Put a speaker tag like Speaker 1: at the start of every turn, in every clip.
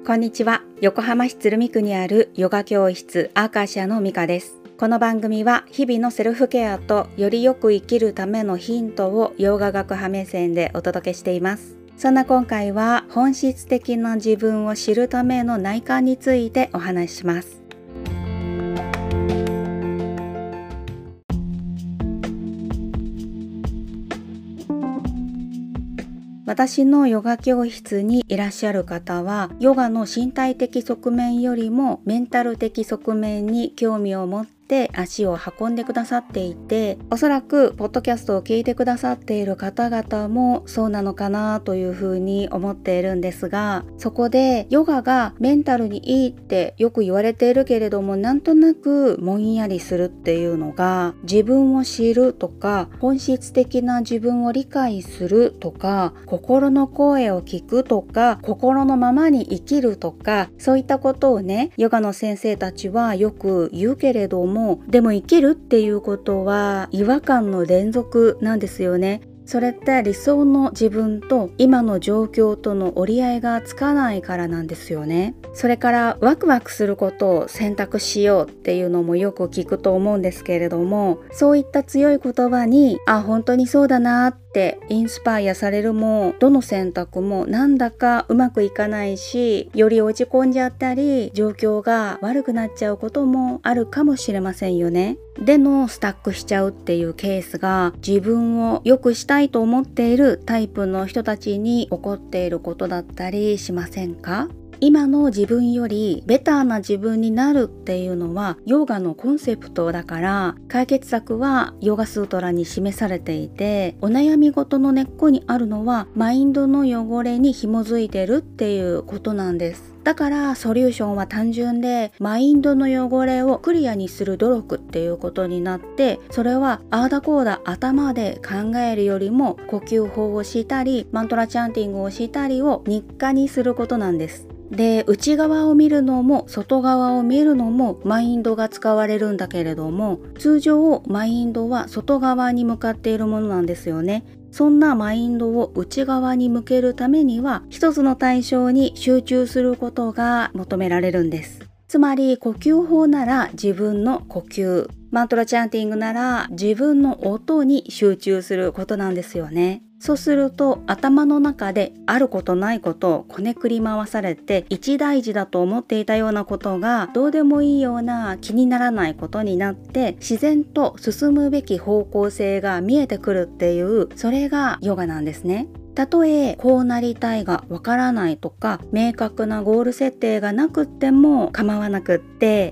Speaker 1: こんにちは。横浜市鶴見区にあるヨガ教室アーカシアのミカです。この番組は日々のセルフケアとよりよく生きるためのヒントをヨガ学派目線でお届けしています。そんな今回は本質的な自分を知るための内観についてお話しします。私のヨガ教室にいらっしゃる方は、ヨガの身体的側面よりもメンタル的側面に興味を持って足を運んでくださっていて、おそらくポッドキャストを聞いてくださっている方々もそうなのかなというふうに思っているんですが、そこでヨガがメンタルにいいってよく言われているけれども、なんとなくもんやりするっていうのが、自分を知るとか本質的な自分を理解するとか、心の声を聞くとか、心のままに生きるとか、そういったことをね、ヨガの先生たちはよく言うけれども、でも生きるっていうことは違和感の連続なんですよね。それって理想の自分と今の状況との折り合いがつかないからなんですよね。それからワクワクすることを選択しようっていうのもよく聞くと思うんですけれども、そういった強い言葉に本当にそうだなってインスパイアされるも、どの選択もなんだかうまくいかないし、より落ち込んじゃったり状況が悪くなっちゃうこともあるかもしれませんよね。でのスタックしちゃうっていうケースが、自分を良くしたいと思っているタイプの人たちに起こっていることだったりしませんか？今の自分よりベターな自分になるっていうのはヨガのコンセプトだから、解決策はヨガスートラに示されていて、お悩み事の根っこにあるのはマインドの汚れに紐づいてるっていうことなんです。だからソリューションは単純で、マインドの汚れをクリアにする努力っていうことになって、それはあーだこーだ頭で考えるよりも呼吸法をしたりマントラチャンティングをしたりを日課にすることなんです。で、内側を見るのも外側を見るのもマインドが使われるんだけれども、通常マインドは外側に向かっているものなんですよね。そんなマインドを内側に向けるためには、一つの対象に集中することが求められるんです。つまり呼吸法なら自分の呼吸、マントラチャンティングなら自分の音に集中することなんですよね。そうすると頭の中であることないことをこねくり回されて、一大事だと思っていたようなことがどうでもいいような気にならないことになって、自然と進むべき方向性が見えてくるっていう、それがヨガなんですね。たとえこうなりたいがわからないとか、明確なゴール設定がなくっても構わなくって、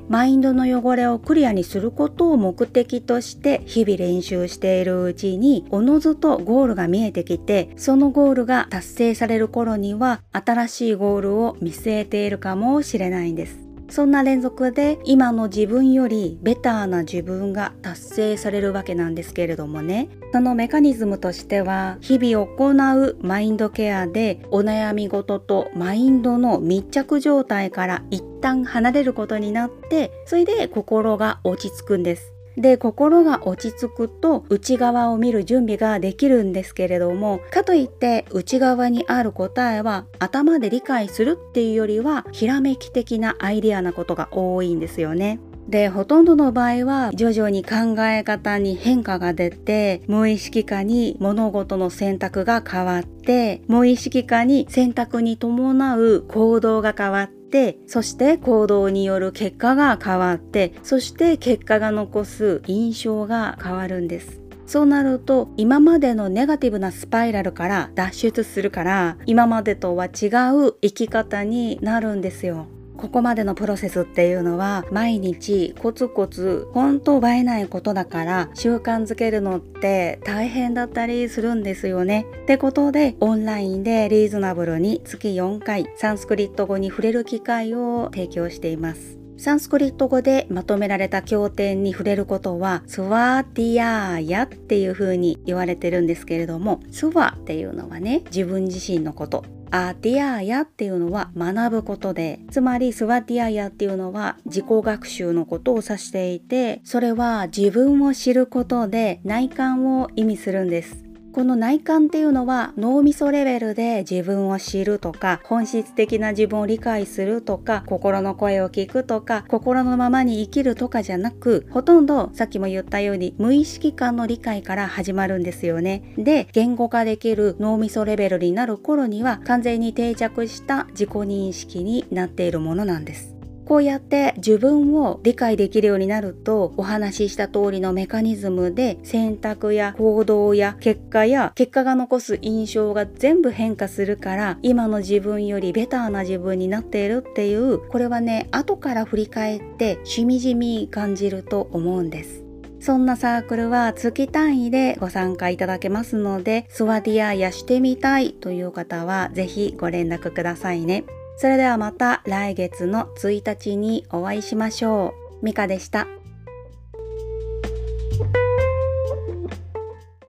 Speaker 1: マインドの汚れをクリアにすることを目的として日々練習しているうちに、おのずとゴールが見えてきて、そのゴールが達成される頃には新しいゴールを見据えているかもしれないんです。そんな連続で今の自分よりベターな自分が達成されるわけなんですけれどもね、そのメカニズムとしては、日々行うマインドケアでお悩み事とマインドの密着状態から一旦離れることになって、それで心が落ち着くんです。で、心が落ち着くと内側を見る準備ができるんですけれども、かといって内側にある答えは頭で理解するっていうよりはひらめき的なアイデアなことが多いんですよね。で、ほとんどの場合は徐々に考え方に変化が出て、無意識化に物事の選択が変わって、無意識化に選択に伴う行動が変わって、そして行動による結果が変わって、そして結果が残す印象が変わるんです。そうなると今までのネガティブなスパイラルから脱出するから、今までとは違う生き方になるんですよ。ここまでのプロセスっていうのは毎日コツコツ本当映えないことだから、習慣づけるのって大変だったりするんですよね。ってことでオンラインでリーズナブルに月4回サンスクリット語に触れる機会を提供しています。サンスクリット語でまとめられた経典に触れることはスワーティアーヤっていう風に言われてるんですけれども、スワっていうのはね、自分自身のこと、アティアーヤっていうのは学ぶことで、つまりスワティアーヤっていうのは自己学習のことを指していて、それは自分を知ることで内観を意味するんです。 この内観っていうのは脳みそレベルで自分を知るとか、本質的な自分を理解するとか、心の声を聞くとか、心のままに生きるとかじゃなく、ほとんどさっきも言ったように無意識感の理解から始まるんですよね。で、言語化できる脳みそレベルになる頃には完全に定着した自己認識になっているものなんです。こうやって自分を理解できるようになると、お話しした通りのメカニズムで選択や行動や結果が残す印象が全部変化するから、今の自分よりベターな自分になっているっていう、これはね、後から振り返ってしみじみ感じると思うんです。そんなサークルは月単位でご参加いただけますので、スワディアイヤしてみたいという方はぜひご連絡くださいね。それではまた来月の1日にお会いしましょう。ミカでした。